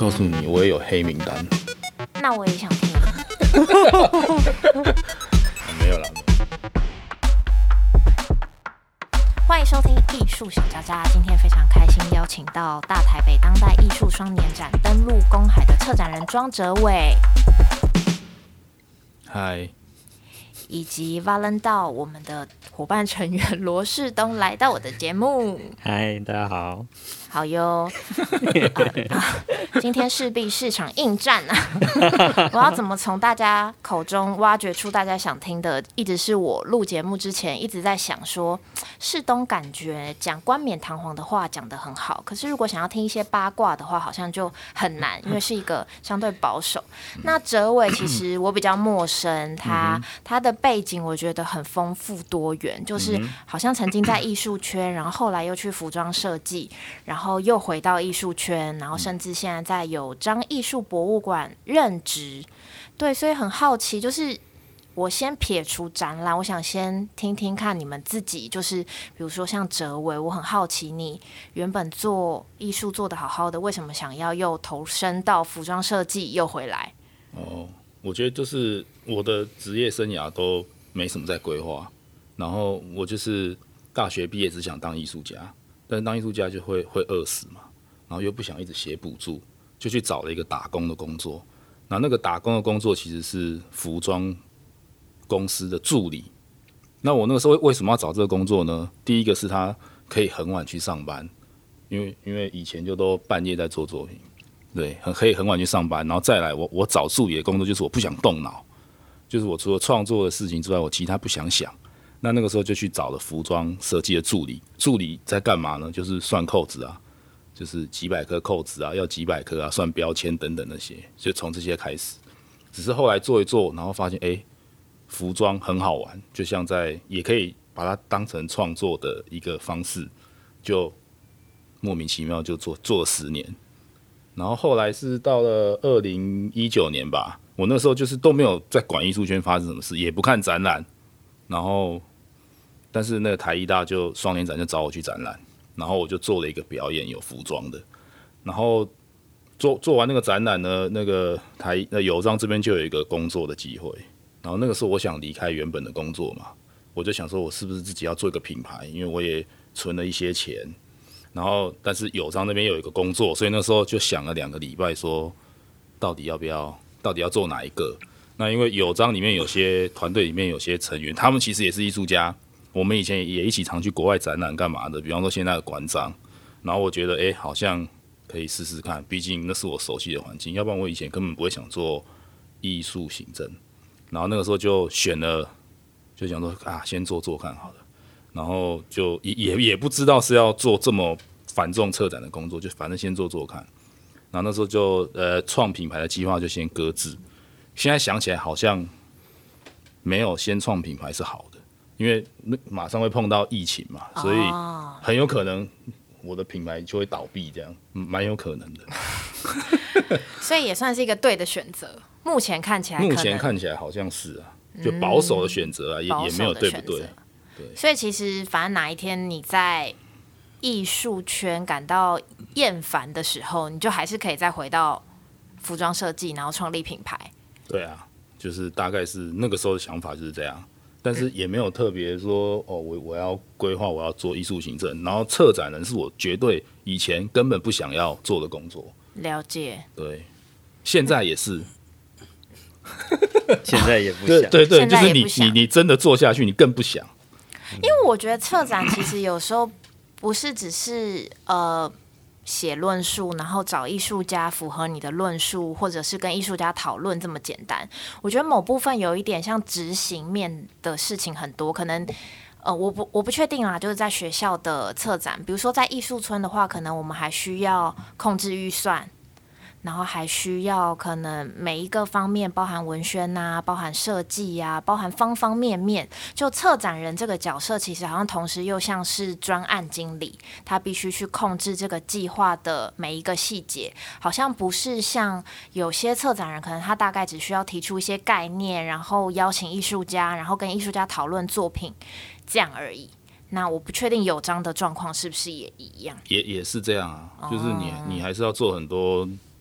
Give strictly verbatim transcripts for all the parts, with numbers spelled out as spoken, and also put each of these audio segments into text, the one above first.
告诉你，我也有黑名单。 那我也想听。 没有啦。 欢迎收听艺术小家家，今天非常开心邀请到大台北当代艺术双年展登陆公海的策展人庄哲伟， 嗨， 以及 Valentine 我们的伙伴成员罗世东来到我的节目。 嗨，大家好。 好哟、啊啊，今天势必是场硬战啊！我要怎么从大家口中挖掘出大家想听的？一直是我录节目之前一直在想说，世东感觉讲冠冕堂皇的话讲得很好，可是如果想要听一些八卦的话，好像就很难，因为是一个相对保守。那哲伟其实我比较陌生，他他的背景我觉得很丰富多元，就是好像曾经在艺术圈，然后后来又去服装设计，然后。然后又回到艺术圈，然后甚至现在在有张艺术博物馆任职，对，所以很好奇，就是我先撇除展览，我想先听听看你们自己，就是比如说像哲伟，我很好奇你原本做艺术做得好好的，为什么想要又投身到服装设计又回来？ 哦，我觉得就是我的职业生涯都没什么在规划，然后我就是大学毕业只想当艺术家。但是当艺术家就会会饿死嘛，然后又不想一直写补助，就去找了一个打工的工作。那那个打工的工作其实是服装公司的助理。那我那个时候为什么要找这个工作呢？第一个是他可以很晚去上班，因为因为以前就都半夜在做作品，对，很可以很晚去上班。然后再来我我找助理的工作就是我不想动脑，就是我除了创作的事情之外，我其他不想想。那那个时候就去找了服装设计的助理，助理在干嘛呢？就是算扣子啊，就是几百颗扣子啊，要几百颗啊，算标签等等那些，就从这些开始。只是后来做一做，然后发现，哎、欸，服装很好玩，就像在也可以把它当成创作的一个方式，就莫名其妙就做做了十年。然后后来是到了二零一九年吧，我那时候就是都没有在管艺术圈发生什么事，也不看展览，然后。但是那个台艺大就双年展就找我去展览，然后我就做了一个表演，有服装的。然后做做完那个展览呢，那个台那友章这边就有一个工作的机会。然后那个时候我想离开原本的工作嘛，我就想说我是不是自己要做一个品牌，因为我也存了一些钱。然后但是友章那边有一个工作，所以那时候就想了两个礼拜，说到底要不要，到底要做哪一个？那因为友章里面有些团队里面有些成员，他们其实也是艺术家。我们以前也一起常去国外展览干嘛的，比方说现在的馆长，然后我觉得哎、欸，好像可以试试看，毕竟那是我熟悉的环境，要不然我以前根本不会想做艺术行政。然后那个时候就选了，就想说啊，先做做看好了，然后就也也也不知道是要做这么繁重策展的工作，就反正先做做看。然后那时候就呃创品牌的计划就先搁置，现在想起来好像没有先创品牌是好的。因为马上会碰到疫情嘛，所以很有可能我的品牌就会倒闭，这样蛮有可能的。 所以也算是一个对的选择。目前看起来可能， 目前看起来好像是啊，就保守的选择啊，嗯、也也没有对不对？对。 所以其实反正哪一天你在艺术圈感到厌烦的时候，你就还是可以再回到服装设计，然后创立品牌。 对啊，就是大概是那个时候的想法就是这样。但是也没有特别说哦，我我要规划我要做艺术行政，然后策展人是我绝对以前根本不想要做的工作。 了解。 对，现在也是， 现在也不想。 对对对，就是你你你真的做下去，你更不想。 因为我觉得策展其实有时候不是只是呃。写论述，然后找艺术家符合你的论述，或者是跟艺术家讨论这么简单。我觉得某部分有一点像执行面的事情很多，可能呃，我不我不确定啦。就是在学校的策展，比如说在艺术村的话，可能我们还需要控制预算，然后还需要可能每一个方面，包含文宣啊，包含设计啊，包含方方面面。就策展人这个角色，其实好像同时又像是专案经理，他必须去控制这个计划的每一个细节，好像不是像有些策展人，可能他大概只需要提出一些概念，然后邀请艺术家，然后跟艺术家讨论作品，这样而已。那我不确定友章的状况是不是也一样， 也也是这样啊，就是你你还是要做很多。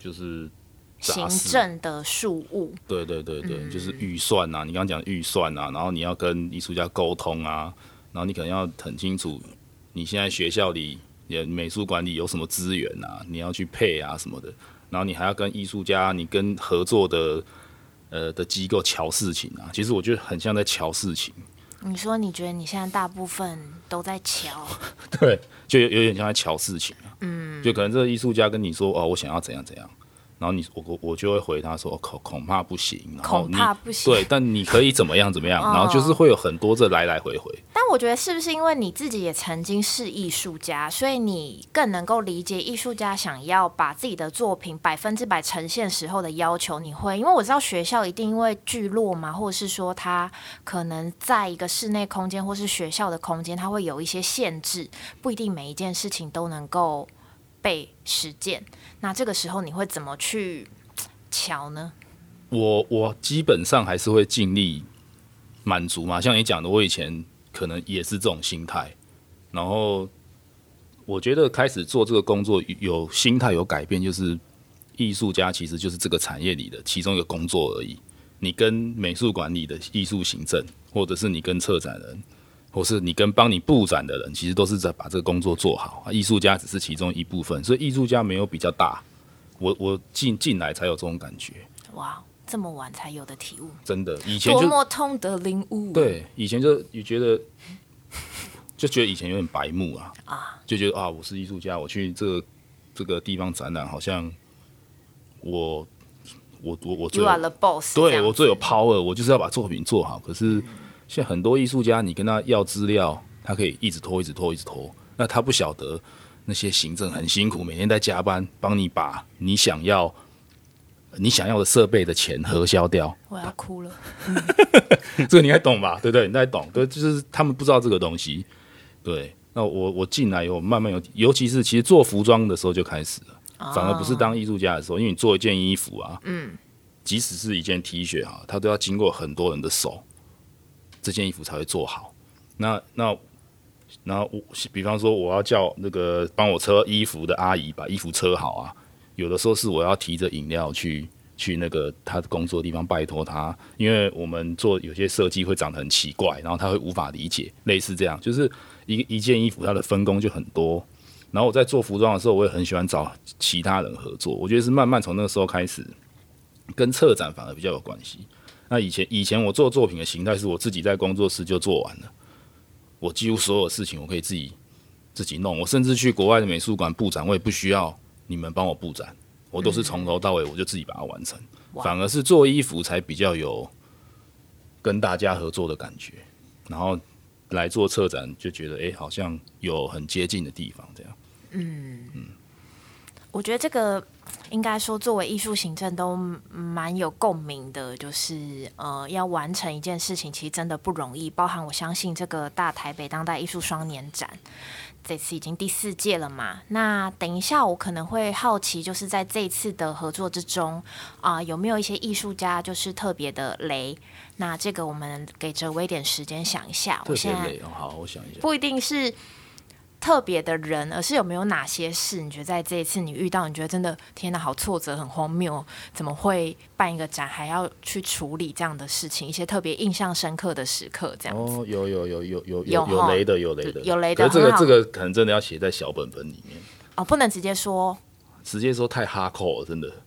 就是行政的事务。 对对对对，嗯、就是预算啊，你刚刚讲预算啊，然后你要跟艺术家沟通啊，然后你可能要很清楚你现在学校里美术馆里有什么资源啊，你要去配啊什么的，然后你还要跟艺术家，你跟合作的呃的机构瞧事情啊，其实我觉得很像在瞧事情。 你说你觉得你现在大部分都在瞧？ 对，就有有点像在瞧事情啊。嗯，就可能这个艺术家跟你说哦，我想要怎样怎样。然后你我我就会回他说恐恐怕不行，然后恐怕不行， 对，但你可以怎么样怎么样，然后就是会有很多这来来回回。 但我觉得是不是因为你自己也曾经是艺术家，所以你更能够理解艺术家想要把自己的作品百分之百呈现时候的要求？你会因为我知道学校一定因为聚落嘛，或者是说它可能在一个室内空间或是学校的空间，它会有一些限制，不一定每一件事情都能够被实践。那这个时候你会怎么去瞧呢？ 我我基本上还是会尽力满足嘛，像你讲的，我以前可能也是这种心态，然后我觉得开始做这个工作有心态有改变，就是艺术家其实就是这个产业里的其中一个工作而已。你跟美术馆里的艺术行政，或者是你跟策展人，或是你跟帮你布展的人，其实都是在把这个工作做好。艺术家只是其中一部分，所以艺术家没有比较大。我我进进来才有这种感觉。 哇，这么晚才有的体悟， 真的，以前就多么痛的领悟。 对，以前就也觉得，就觉得以前有点白目啊， 啊就觉得啊，我是艺术家，我去这个这个地方展览，好像我我我我最 You are the boss， 对我最有 power， 我就是要把作品做好。可是现在很多艺术家，你跟他要资料，他可以一直拖，一直拖，一直拖。那他不晓得那些行政很辛苦，每天在加班，帮你把你想要你想要的设备的钱核销掉。 我要哭了。 这个你应该懂吧？对不对？你应该懂。对，就是他们不知道这个东西。对，那我我进来以后，慢慢有，尤其是其实做服装的时候就开始了，哦、反而不是当艺术家的时候，因为你做一件衣服啊，嗯，即使是一件 T 恤啊，它都要经过很多人的手，这件衣服才会做好。那那然后我比方说，我要叫那个帮我车衣服的阿姨把衣服车好啊，有的时候是我要提着饮料去去那个他的工作的地方拜托他，因为我们做有些设计会长得很奇怪，然后他会无法理解，类似这样，就是一一件衣服它的分工就很多。然后我在做服装的时候，我也很喜欢找其他人合作，我觉得是慢慢从那个时候开始，跟策展反而比较有关系。那以前以前我做作品的形态是我自己在工作室就做完了，我几乎所有事情我可以自己自己弄，我甚至去国外的美术馆布展，我也不需要你们帮我布展，我都是从头到尾我就自己把它完成。反而是做衣服才比较有跟大家合作的感觉，然后来做策展就觉得哎、欸，好像有很接近的地方这样。 嗯嗯，我觉得这个应该说作为艺术行政都蛮有共鸣的，就是呃要完成一件事情其实真的不容易，包含我相信这个大台北当代艺术双年展这次已经第四届了嘛，那等一下我可能会好奇，就是在这一次的合作之中啊、呃，有没有一些艺术家就是特别的雷？那这个我们给哲威一点时间想一下。 特别雷哦，好，我想一下， 不一定是特别的人，而是有没有哪些事，你觉得在这一次你遇到，你觉得真的天哪，好挫折，很荒谬，怎么会办一个展还要去处理这样的事情？一些特别印象深刻的时刻，这样子。 哦，有有有有有有有雷的，有雷的， 有雷的。 可是这个这个可能真的要写在小本本里面哦，不能直接说， 直接说太哈扣了，真的。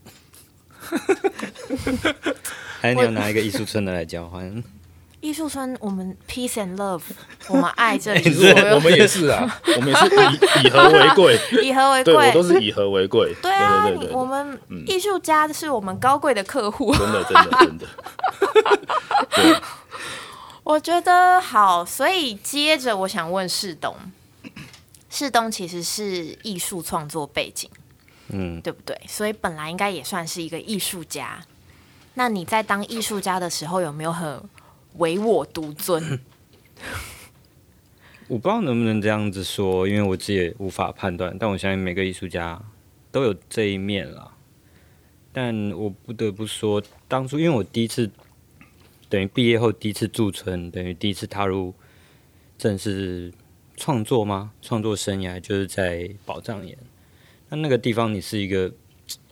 还是你要拿一个艺术村的来交换？ 艺术村，我们 peace and love， 我们爱这里。 我们也是啊，我们也是以以和为贵， 以和为贵， 对我都是以和为贵。 对啊， 对对对对， 我们艺术家是我们高贵的客户。 真的真的真的。对， 我觉得好，所以接着我想问世东，世东其实是艺术创作背景，嗯，对不对？所以本来应该也算是一个艺术家。那你在当艺术家的时候，有没有很唯我独尊？ 我不知道能不能这样子说，因为我自己也无法判断。但我相信每个艺术家都有这一面啦。但我不得不说，当初因为我第一次等于毕业后第一次驻村，等于第一次踏入正式创作吗？创作生涯就是在宝藏岩。那那个地方，你是一个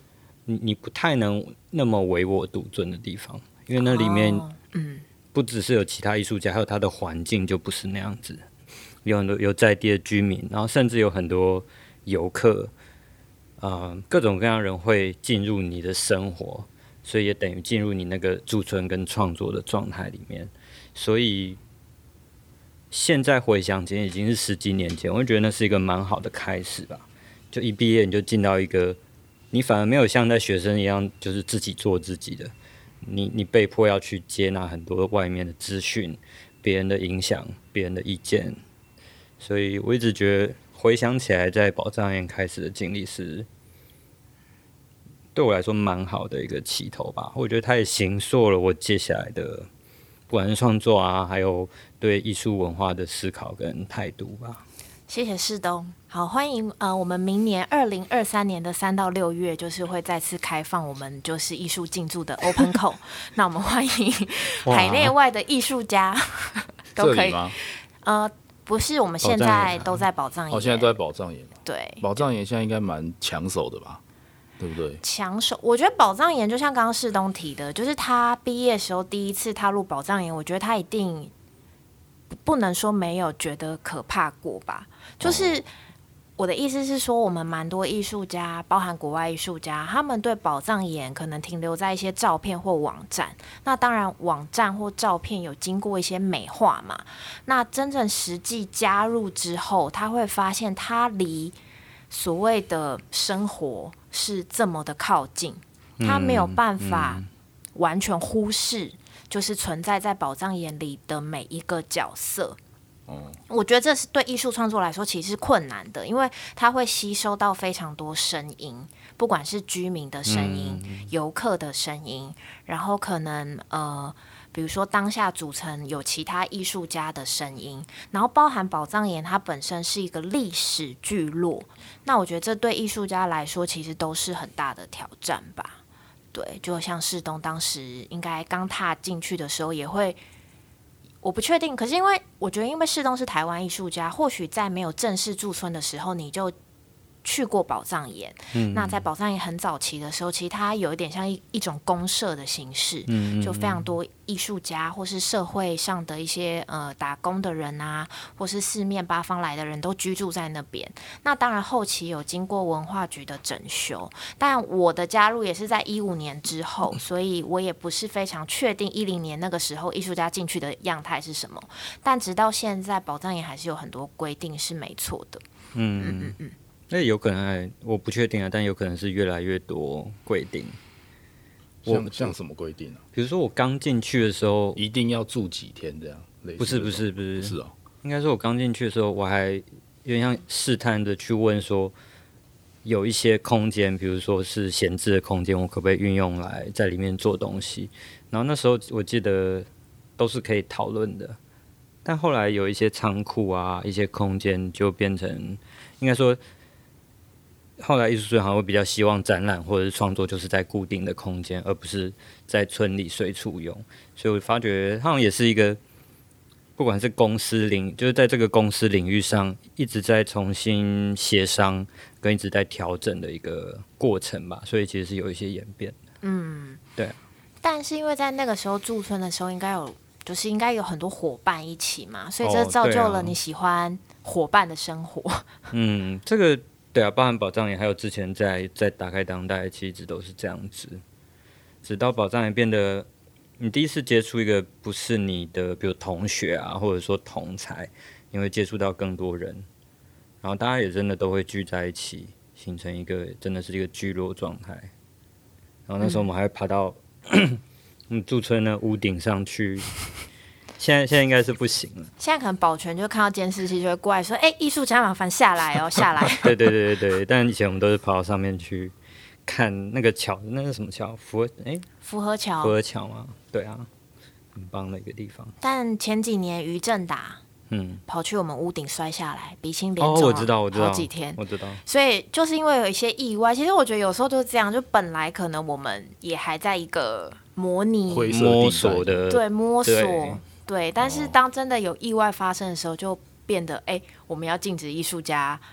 你你不太能那么唯我独尊的地方，因为那里面不只是有其他艺术家，还有它的环境就不是那样子，有很多有在地的居民，然后甚至有很多游客，呃，各种各样的人会进入你的生活，所以也等于进入你那个驻村跟创作的状态里面，所以现在回想起来已经是十几年前，我会觉得那是一个蛮好的开始吧。就一毕业你就进到一个，你反而没有像在学生一样，就是自己做自己的，你你被迫要去接纳很多外面的资讯、别人的影响、别人的意见，所以我一直觉得回想起来，在宝藏岩开始的经历是对我来说蛮好的一个起头吧。我觉得它也形塑了我接下来的。不管是创作啊，还有对艺术文化的思考跟态度吧。 谢谢世东。好，欢迎呃，我们明年二零二三年的三到六月，就是会再次开放我们就是艺术进驻的 Open Call 。那我们欢迎海内外的艺术家都可以。呃，不是，我们现在都在宝藏岩。 哦，现在都在宝藏岩。 对， 宝藏岩现在应该蛮抢手的吧？对不对？ 抢手，我觉得宝藏岩就像刚刚世东提的，就是他毕业的时候第一次踏入宝藏岩，我觉得他一定不能说没有觉得可怕过吧。就是我的意思是说，我们蛮多艺术家，包含国外艺术家，他们对宝藏岩可能停留在一些照片或网站。那当然，网站或照片有经过一些美化嘛。那真正实际加入之后，他会发现他离所谓的生活是这么的靠近，他没有办法完全忽视，就是存在在宝藏岩里的每一个角色。我觉得这是对艺术创作来说其实是困难的，因为它会吸收到非常多声音，不管是居民的声音、游客的声音，然后可能呃。比如说当下组成有其他艺术家的声音，然后包含宝藏岩它本身是一个历史聚落，那我觉得这对艺术家来说其实都是很大的挑战吧。对，就像世东当时应该刚踏进去的时候也会，我不确定，可是因为我觉得因为世东是台湾艺术家，或许在没有正式驻村的时候你就去过宝藏岩、嗯、那在宝藏岩很早期的时候，其实它有一点像 一, 一种公社的形式、嗯、就非常多艺术家或是社会上的一些呃打工的人啊，或是四面八方来的人都居住在那边。那当然后期有经过文化局的整修，但我的加入也是在一五年之后，所以我也不是非常确定一零年那个时候艺术家进去的样态是什么，但直到现在宝藏岩还是有很多规定是没错的。嗯嗯嗯嗯那有可能，我不确定啊，但有可能是越来越多规定。 像像什么规定啊？ 比如说我刚进去的时候， 一定要住几天这样？ 不是不是不是不是哦， 应该说我刚进去的时候，我还有点像试探的去问说，有一些空间，比如说是闲置的空间，我可不可以运用来在里面做东西？然后那时候我记得都是可以讨论的，但后来有一些仓库啊，一些空间就变成，应该说。后来艺术村好像会比较希望展览或者是创作就是在固定的空间，而不是在村里随处用。所以我发觉好像也是一个，不管是公司领，就是在这个公司领域上一直在重新协商跟一直在调整的一个过程吧。所以其实是有一些演变的。嗯，对。 但是因为在那个时候驻村的时候，应该有就是应该有很多伙伴一起嘛，所以这造就了你喜欢伙伴的生活。哦啊、 嗯，这个。对啊，包含宝藏岩，还有之前在在打开当代，其实一直都是这样子。直到宝藏岩变得，你第一次接触一个不是你的，比如同学啊，或者说同才，你会接触到更多人，然后大家也真的都会聚在一起，形成一个真的是一个聚落状态。然后那时候我们还会爬到我们驻村的屋顶上去。现在现在应该是不行了。 现在可能保全就看到监视器就会过来说：“哎、欸，艺术家麻烦下来哦，下来。” 对对对对对。但以前我们都是跑到上面去看那个桥，那是什么桥？福和哎， 福和桥。 福和桥吗？对啊，很棒的一个地方。 但前几年余正达嗯跑去我们屋顶摔下来，鼻青脸肿。 哦，我知道，我知道， 好几天， 我知道。 所以就是因为有一些意外，其实我觉得有时候就是这样，就本来可能我们也还在一个模拟摸索的， 对摸索。对，但是当真的有意外发生的时候，就变得哎、欸，我们要禁止艺术家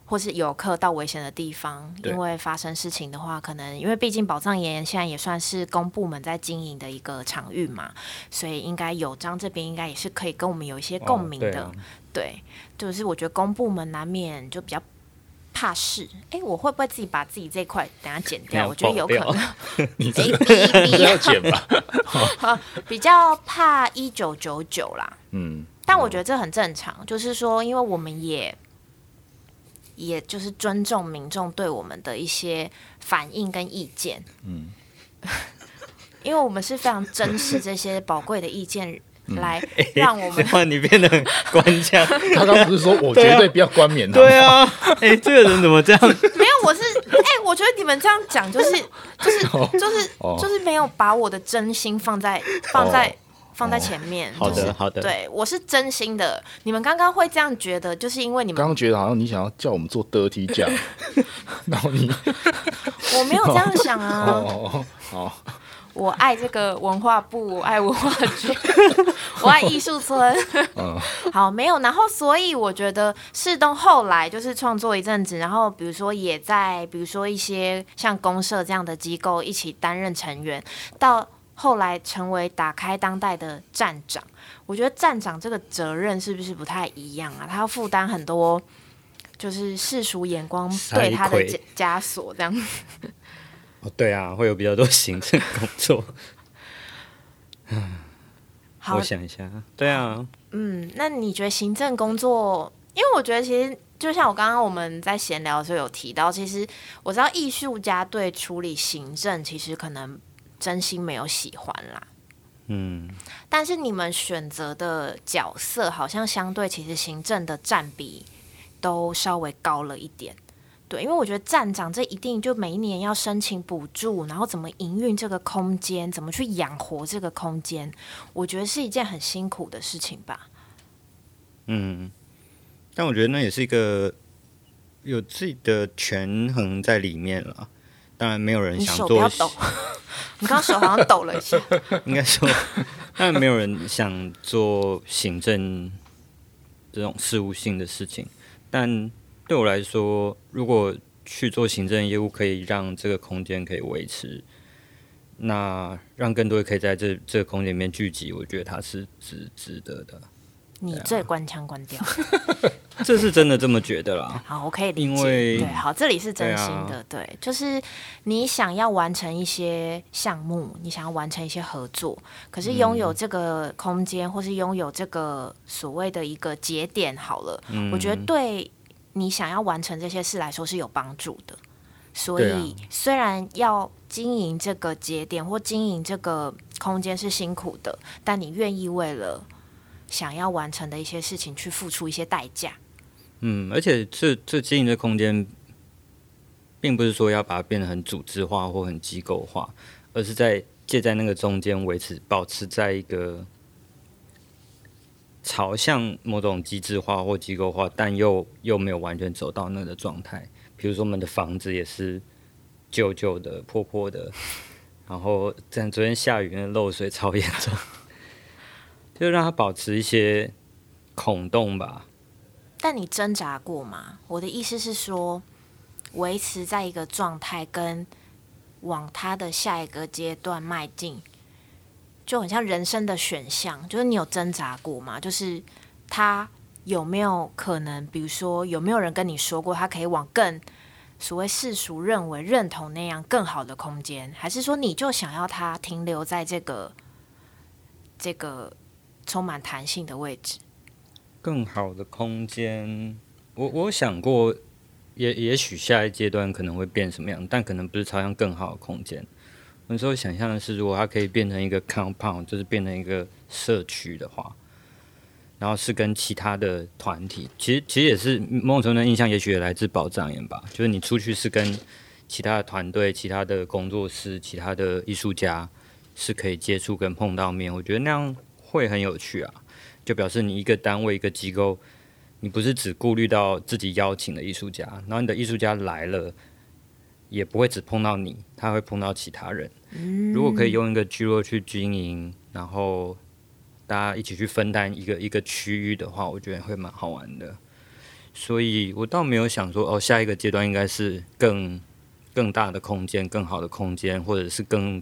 或是游客到危险的地方，因为发生事情的话，可能因为毕竟宝藏岩现在也算是公部门在经营的一个场域嘛，所以应该有章这边应该也是可以跟我们有一些共鸣的。哦，对啊，对，就是我觉得公部门难免就比较怕事。哎，我会不会自己把自己这块等一下剪掉？我觉得有可能。 你这个不要剪吧。 比较怕一九九九啦。 嗯， 但我觉得这很正常，就是说，因为我们也。也就是尊重民众对我们的一些反应跟意见，嗯，因为我们是非常珍视这些宝贵的意见，来让我们。 哇，你变得很官腔。 他刚不是说我绝对不要冠冕他？ 对啊，哎、欸，这个人怎么这样？ 没有，我是哎、欸，我觉得你们这样讲，就是就是就是就是没有把我的真心放在放在。哦放在前面， 好的好的， 对，我是真心的。你们刚刚会这样觉得，就是因为你们刚刚觉得好像你想要叫我们做 dirty 酱，然后你我没有这样想啊。 哦哦， 我爱这个文化部，我爱文化局，我爱艺术村。嗯，好，没有。然后，所以我觉得世东后来就是创作一阵子，然后比如说也在，比如说一些像公社这样的机构一起担任成员，到。后来成为打开当代的站长，我觉得站长这个责任是不是不太一样啊？他要负担很多，就是世俗眼光对他的枷锁，这样子。 哦，对啊，会有比较多行政工作。我想一下，对啊， 嗯，那你觉得行政工作？因为我觉得其实就像我刚刚我们在闲聊的时候有提到，其实我知道艺术家对处理行政其实可能。真心没有喜欢啦，嗯，但是你们选择的角色好像相对其实行政的占比都稍微高了一点，对，因为我觉得站长这一定就每一年要申请补助，然后怎么营运这个空间，怎么去养活这个空间，我觉得是一件很辛苦的事情吧。 嗯，但我觉得那也是一个有自己的权衡在里面了。当然没有人想做， 你手不要抖，你刚刚手好像抖了一下。 应该说，当然没有人想做行政这种事务性的事情。但对我来说，如果去做行政业务，可以让这个空间可以维持，那让更多人可以在这这个空间里面聚集，我觉得它是值值得的。 你最关腔关掉。 这是真的这么觉得啦。 好，我可以理解。 因为对，好，这里是真心的。对，啊、对，就是你想要完成一些项目，你想要完成一些合作，可是拥有这个空间，嗯、或是拥有这个所谓的一个节点，好了，嗯、我觉得对你想要完成这些事来说是有帮助的。所以，啊、虽然要经营这个节点或经营这个空间是辛苦的，但你愿意为了想要完成的一些事情去付出一些代价。 嗯，而且这这经营的空间，并不是说要把它变得很组织化或很机构化，而是在介在那个中间维持、保持在一个朝向某种机制化或机构化，但又又没有完全走到那个的状态。比如说我们的房子也是旧旧的、破破的，然后像昨天下雨，那漏水超严重，就让它保持一些孔洞吧。 但你挣扎过吗？我的意思是说，维持在一个状态，跟往他的下一个阶段迈进，就很像人生的选项。就是你有挣扎过吗？就是他有没有可能，比如说有没有人跟你说过，他可以往更所谓世俗认为认同那样更好的空间，还是说你就想要他停留在这个这个充满弹性的位置？ 更好的空间，我我想过也，也也许下一阶段可能会变什么样，但可能不是朝向更好的空间。有时候想象的是，如果它可以变成一个 compound， 就是变成一个社区的话，然后是跟其他的团体，其实其实也是某种程度的印象，也许也来自宝藏岩吧。就是你出去是跟其他的团队、其他的工作室、其他的艺术家是可以接触跟碰到面，我觉得那样会很有趣啊。就表示你一个单位一个机构，你不是只顾虑到自己邀请的艺术家，然后你的艺术家来了，也不会只碰到你，他会碰到其他人。嗯、如果可以用一个聚落去经营，然后大家一起去分担一个一个区域的话，我觉得会蛮好玩的。 所以我倒没有想说哦，下一个阶段应该是更更大的空间、更好的空间，或者是更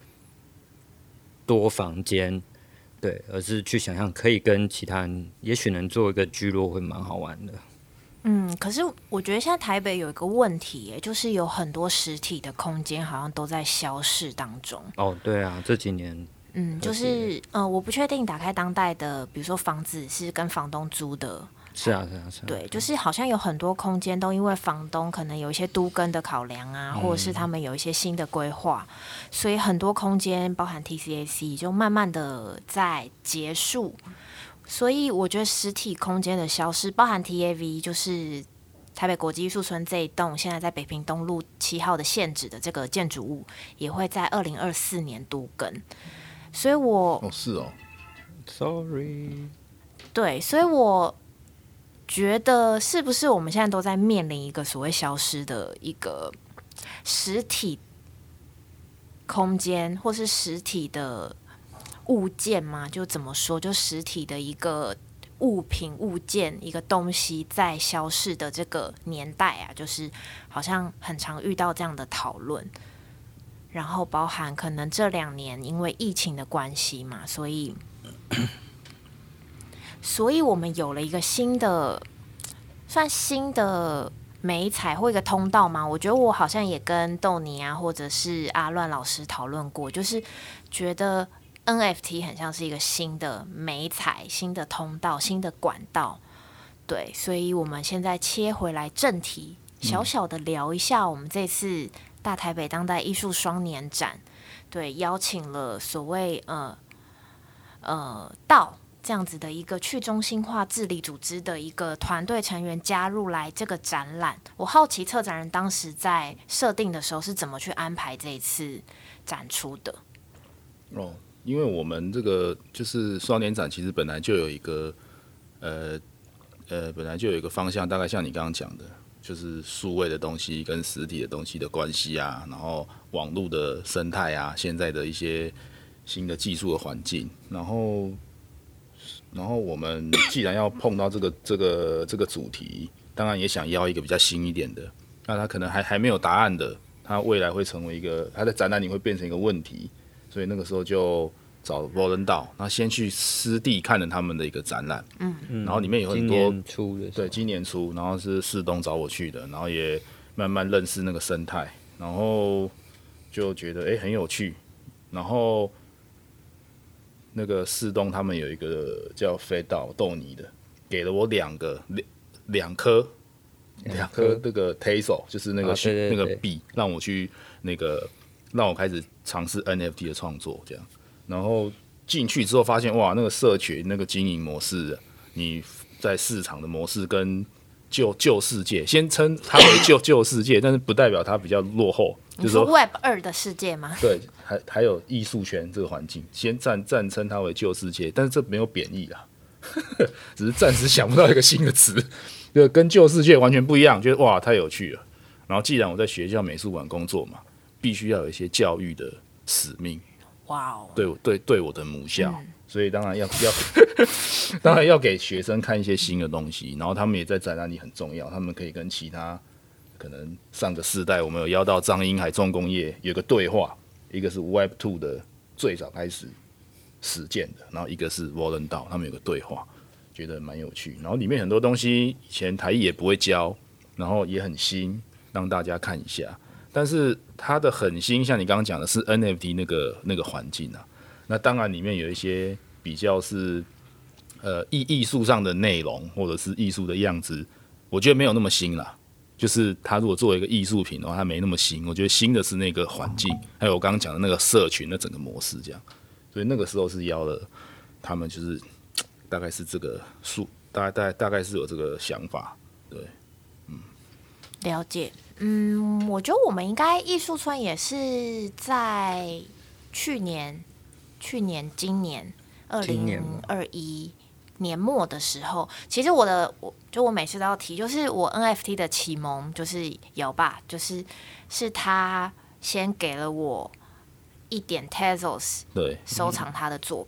多房间，对，而是去想象可以跟其他人，也许能做一个聚落，会蛮好玩的。 嗯，可是我觉得现在台北有一个问题耶，就是有很多实体的空间好像都在消逝当中。 哦，对啊，这几年， 嗯，就是呃，我不确定打开当代的，比如说房子是跟房东租的。 是啊，是啊，是啊。 对，就是好像有很多空间都因为房东可能有一些都更的考量啊，嗯、或者是他们有一些新的规划，所以很多空间包含 T C A C 就慢慢的在结束。所以我觉得实体空间的消失，包含 T A V 就是台北国际艺术村这一栋，现在在北平东路七号的现址的这个建筑物，也会在二零二四年都更。所以我哦是哦 ，sorry， 对，所以我觉得是不是我们现在都在面临一个所谓消失的一个实体空间，或是实体的物件嘛？就怎么说，就实体的一个物品、物件、一个东西在消逝的这个年代啊，就是好像很常遇到这样的讨论。然后包含可能这两年因为疫情的关系嘛，所以所以我们有了一个新的算新的媒材或一个通道嘛。我觉得我好像也跟豆泥啊或者是阿乱老师讨论过，就是觉得 N F T 很像是一个新的媒材、新的通道、新的管道。对，所以我们现在切回来正题，小小的聊一下我们这次大台北当代艺术双年展，对，邀请了所谓呃呃道这样子的一个去中心化治理组织的一个团队成员加入来这个展览。我好奇策展人当时在设定的时候是怎么去安排这一次展出的？ 哦，因为我们这个就是双年展，其实本来就有一个呃呃本来就有一个方向，大概像你刚刚讲的。就是数位的东西跟实体的东西的关系啊，然后网络的生态啊，现在的一些新的技术的环境，然后，然后我们既然要碰到这个这个这个主题，当然也想要一个比较新一点的，那它可能还还没有答案的，它未来会成为一个，它在展览里会变成一个问题，所以那个时候就找罗伦道，然后先去湿地看了他们的一个展览，嗯，然后里面有很多今年初的， 对，今年初，然后是世东找我去的，然后也慢慢认识那个生态，然后就觉得哎、欸、很有趣，然后那个世东他们有一个叫飞岛豆泥的，给了我两个两两颗两颗那个 Tazo， 就是那个、 啊、对对对那个币，让我去那个让我开始尝试 N F T 的创作这样。然后进去之后发现，哇，那个社群那个经营模式，你在市场的模式跟旧旧世界，先称它为旧旧世界，但是不代表它比较落后。就是说 Web 二的世界吗？ 对，还还有艺术圈这个环境，先暂暂称它为旧世界，但是这没有贬义啦，只是暂时想不到一个新的词，就跟旧世界完全不一样，觉得哇太有趣了。然后既然我在学校美术馆工作嘛，必须要有一些教育的使命。 哇哦！ 对对对，我的母校，嗯、所以当然要要，当然要给学生看一些新的东西，然后他们也在展览里很重要，他们可以跟其他可能上个世代，我们有邀到张英海重工业有个对话，一个是 Web 二 的最早开始实践的，然后一个是 Roland 道，他们有个对话，觉得蛮有趣，然后里面很多东西以前台艺也不会教，然后也很新，让大家看一下。但是它的狠心，像你刚刚讲的是 N F T 那个那个环境啊，那当然里面有一些比较是呃艺艺术上的内容，或者是艺术的样子，我觉得没有那么新啦。就是它如果作为一个艺术品的话，它没那么新。我觉得新的是那个环境，还有我刚刚讲的那个社群的整个模式这样。所以那个时候是邀了他们，就是大概是这个数，大概大概大概是有这个想法，对，嗯， 了解。嗯，我觉得我们应该艺术村也是在去年、去年、今年二零二一年末的时候，其实我的我就我每次都要提，就是我 N F T 的启蒙就是姚爸，就是是他先给了我一点 Tezos 对， 收藏他的作品。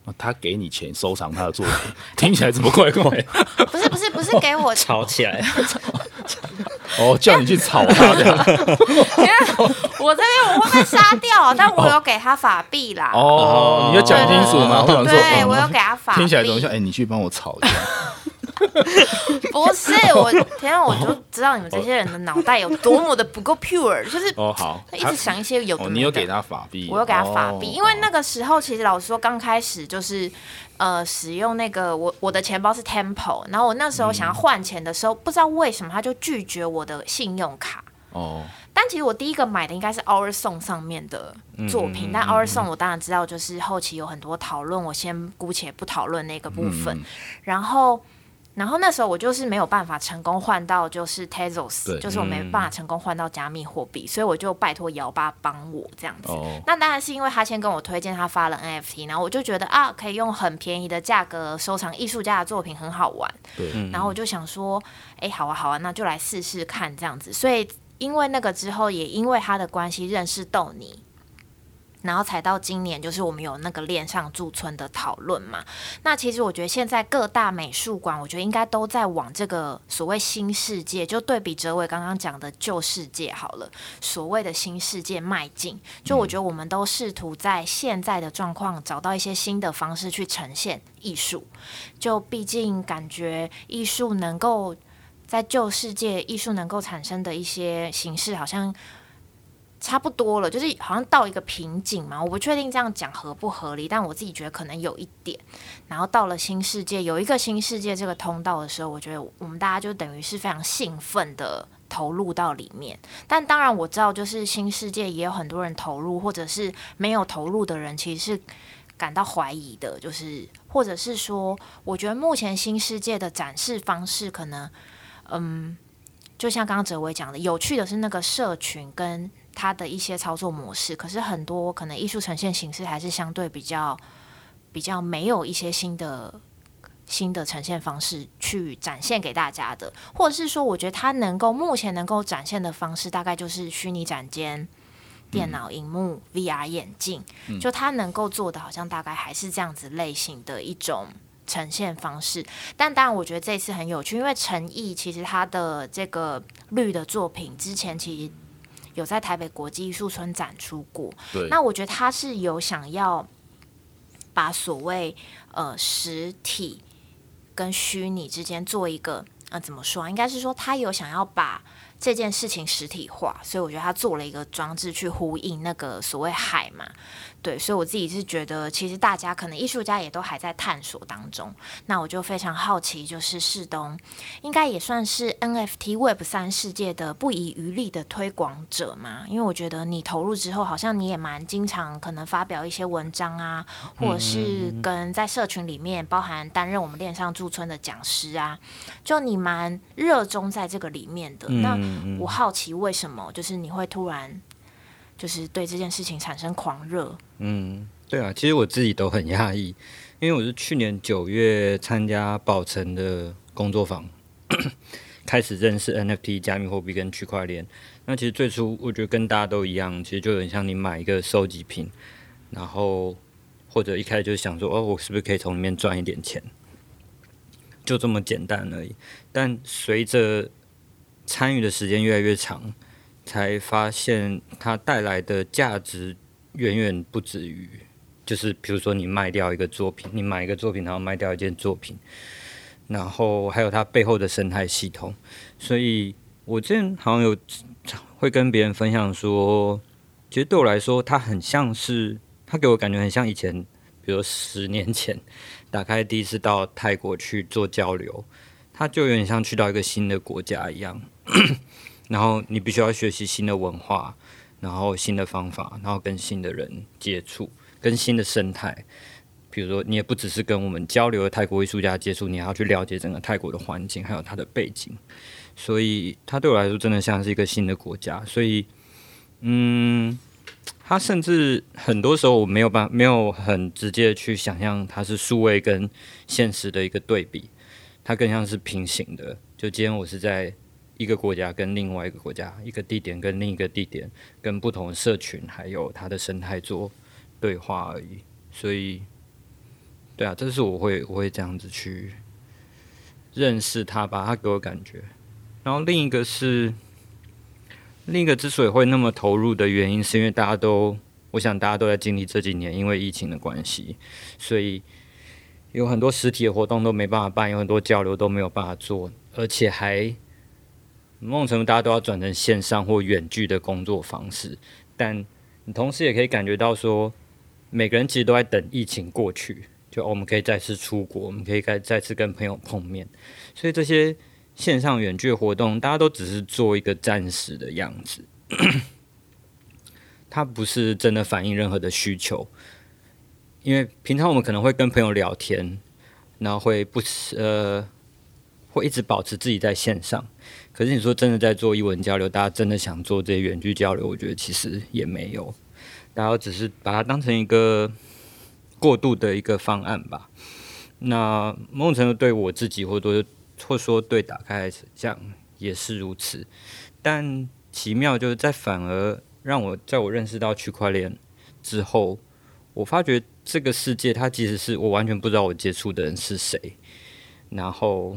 他给你钱收藏他的作品，听起来怎么怪怪的？ 不是不是不是给我吵起来， 哦，叫你去炒他的。 我这边我会被杀掉，但我有给他法币啦。 哦，你要讲清楚嘛？我想说， 对， 嗯我有给他法币。 听起来怎么像？哎、欸，你去帮我炒一下。 不是我，天啊，我就知道你们这些人的脑袋有多么的不够 pure， 就是哦好， 一直想一些有的没的、 哦。你有给他法币？ 我有给他法币、 哦， 因为那个时候其实老实说，刚开始就是呃使用那个我我的钱包是 Tempo， 然后我那时候想要换钱的时候，嗯、不知道为什么他就拒绝我的信用卡。 哦。 但其实我第一个买的应该是 Our Song 上面的作品，嗯、但 Our Song 我当然知道，就是后期有很多讨论，我先姑且不讨论那个部分，嗯、然后。然后那时候我就是没有办法成功换到就是 Tezos， 就是我没办法成功换到加密货币，嗯、所以我就拜托姚爸帮我这样子。哦、那当然是因为他先跟我推荐他发了 N F T， 然后我就觉得啊，可以用很便宜的价格收藏艺术家的作品，很好玩。对。然后我就想说，哎，好啊好啊，那就来试试看这样子。所以因为那个之后，也因为他的关系认识豆泥。然后才到今年，就是我们有那个链上驻村的讨论嘛。那其实我觉得现在各大美术馆，我觉得应该都在往这个所谓新世界，就对比哲伟刚刚讲的旧世界好了，所谓的新世界迈进。就我觉得我们都试图在现在的状况找到一些新的方式去呈现艺术。就毕竟感觉艺术能够在旧世界，艺术能够产生的一些形式，好像。差不多了，就是好像到一个瓶颈嘛，我不确定这样讲合不合理，但我自己觉得可能有一点。然后到了新世界，有一个新世界这个通道的时候，我觉得我们大家就等于是非常兴奋的投入到里面。但当然我知道，就是新世界也有很多人投入，或者是没有投入的人，其实是感到怀疑的，就是或者是说，我觉得目前新世界的展示方式可能，嗯，就像刚刚哲伟讲的，有趣的是那个社群跟。它的一些操作模式，可是很多可能艺术呈现形式还是相对比较比较没有一些新的新的呈现方式去展现给大家的，或者是说，我觉得它能够目前能够展现的方式，大概就是虚拟展间、电脑荧幕、V R 眼镜，嗯、就它能够做的，好像大概还是这样子类型的一种呈现方式。但当然，我觉得这一次很有趣，因为陈毅其实他的这个绿的作品之前其实。有在台北国际艺术村展出过，那我觉得他是有想要把所谓呃实体跟虚拟之间做一个呃怎么说啊？应该是说他有想要把这件事情实体化，所以我觉得他做了一个装置去呼应那个所谓海嘛。对，所以我自己是觉得，其实大家可能艺术家也都还在探索当中。那我就非常好奇，就是世东应该也算是 N F T Web 三世界的不遗余力的推广者嘛？因为我觉得你投入之后，好像你也蛮经常可能发表一些文章啊，或者是跟在社群里面，包含担任我们链上驻村的讲师啊，就你蛮热衷在这个里面的。那我好奇为什么，就是你会突然。就是对这件事情产生狂热。 嗯，对啊，其实我自己都很讶异，因为我是去年九月参加宝城的工作坊，开始认识 N F T、加密货币跟区块链。那其实最初我觉得跟大家都一样，其实就很像你买一个收集品，然后或者一开始就想说，哦，我是不是可以从里面赚一点钱，就这么简单而已。但随着参与的时间越来越长，才发现它带来的价值远远不止于，就是比如说你卖掉一个作品，你买一个作品，然后卖掉一件作品，然后还有它背后的生态系统。所以我之前好像有会跟别人分享说，其实对我来说，它很像是，它给我感觉很像以前，比如十年前打开第一次到泰国去做交流，它就有点像去到一个新的国家一样。然后你必须要学习新的文化，然后新的方法，然后跟新的人接触，跟新的生态。比如说，你也不只是跟我们交流的泰国艺术家接触，你还要去了解整个泰国的环境，还有它的背景。所以，它对我来说真的像是一个新的国家。所以，嗯，它甚至很多时候我没有办没有很直接的去想象它是数位跟现实的一个对比，它更像是平行的。就今天我是在一个国家跟另外一个国家，一个地点跟另一个地点，跟不同的社群还有它的生态做对话而已。所以对啊，这是我会我会这样子去认识他吧，他给我感觉。然后另一个是，另一个之所以会那么投入的原因，是因为大家都，我想大家都在经历这几年因为疫情的关系，所以有很多实体的活动都没办法办，有很多交流都没有办法做，而且还某种程度大家都要转成线上或远距的工作方式。但你同时也可以感觉到说，每个人其实都在等疫情过去，就、哦、我们可以再次出国，我们可以再次跟朋友碰面，所以这些线上远距的活动，大家都只是做一个暂时的样子，它不是真的反映任何的需求。因为平常我们可能会跟朋友聊天，然后会不呃会一直保持自己在线上。可是你说真的在做艺文交流，大家真的想做这些远距交流，我觉得其实也没有，大家只是把它当成一个过渡的一个方案吧。那某种程度对我自己或者或说对打开来讲也是如此，但奇妙就是在反而让我在我认识到区块链之后，我发觉这个世界它其实是我完全不知道我接触的人是谁，然后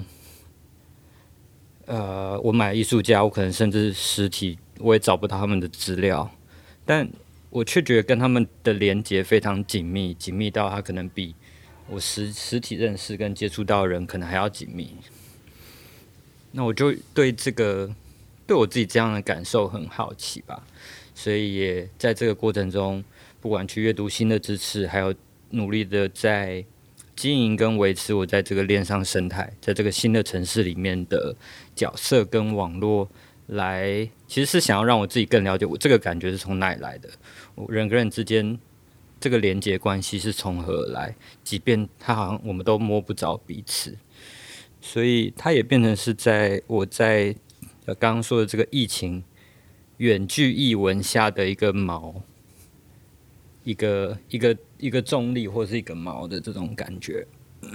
呃，我买艺术家，我可能甚至实体我也找不到他们的资料，但我却觉得跟他们的连结非常紧密，紧密到他可能比我实实体认识跟接触到的人可能还要紧密。那我就对这个对我自己这样的感受很好奇吧，所以也在这个过程中，不管去阅读新的知识，还有努力的在经营跟维持我在这个链上生态，在这个新的城市里面的角色跟网络来，其实是想要让我自己更了解我这个感觉是从哪里来的，我人跟人之间这个连结关系是从何而来，即便他好像我们都摸不着彼此，所以它也变成是在我在呃刚刚说的这个疫情远距艺文下的一个锚，一个一个一个重力或是一个锚的这种感觉。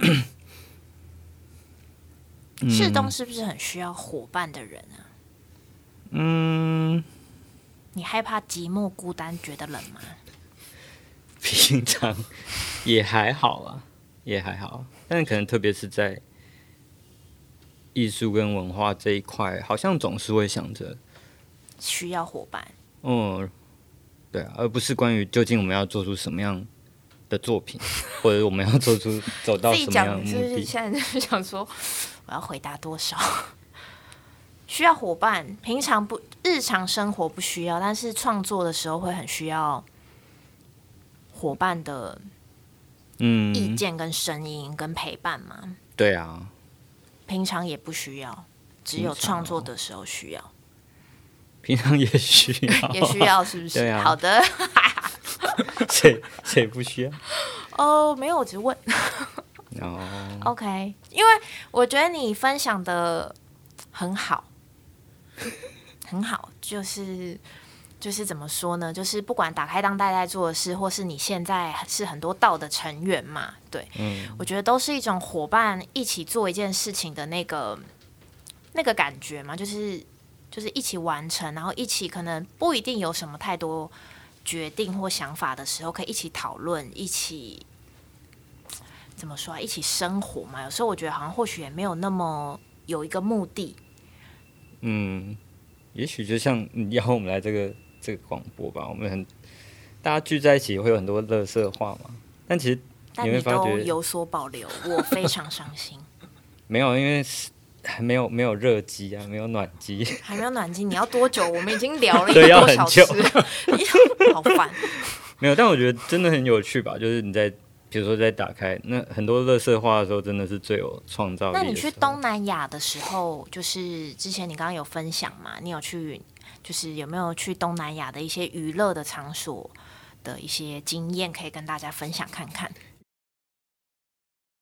世东是不是很需要伙伴的人啊？ 嗯， 你害怕寂寞孤单觉得冷吗？ 平常也还好啊，也还好，但是可能特别是在艺术跟文化这一块，好像总是会想着需要伙伴。 嗯，对啊，而不是关于究竟我们要做出什么样的作品，或者我们要做出走到什么样的目的。 自己讲，就是现在就是想说，我要回答多少？需要伙伴，平常不日常生活不需要，但是创作的时候会很需要伙伴的嗯意见跟声音跟陪伴嘛。 对啊， 平常也不需要，只有创作的时候需要。 平常也需要， 也需要是不是？ 对啊、 好的。 谁谁不需要？ 哦，没有，我只问。 哦、 OK， 因为我觉得你分享的很好，很好，就是就是怎么说呢？就是不管打开当代在做的事，或是你现在是很多道的成员嘛，对， 嗯， 我觉得都是一种伙伴一起做一件事情的那个那个感觉嘛，就是就是一起完成，然后一起可能不一定有什么太多决定或想法的时候，可以一起讨论，一起怎么说啊？一起生活嘛。有时候我觉得好像或许也没有那么有一个目的。 嗯，也许就像你邀我们来这个这个广播吧，我们很大家聚在一起会有很多垃圾话嘛，但其实但你都有所保留，我非常伤心。 没有，因为还没有没有热机啊，没有暖机， 还没有暖机，你要多久？我们已经聊了一个多小时，好烦。 没有，但我觉得真的很有趣吧，就是你在比如说在打开那很多垃圾话的时候，真的是最有创造力的时候。 那你去东南亚的时候，就是之前你刚刚有分享嘛？你有去，就是有没有去东南亚的一些娱乐的场所的一些经验，可以跟大家分享看看？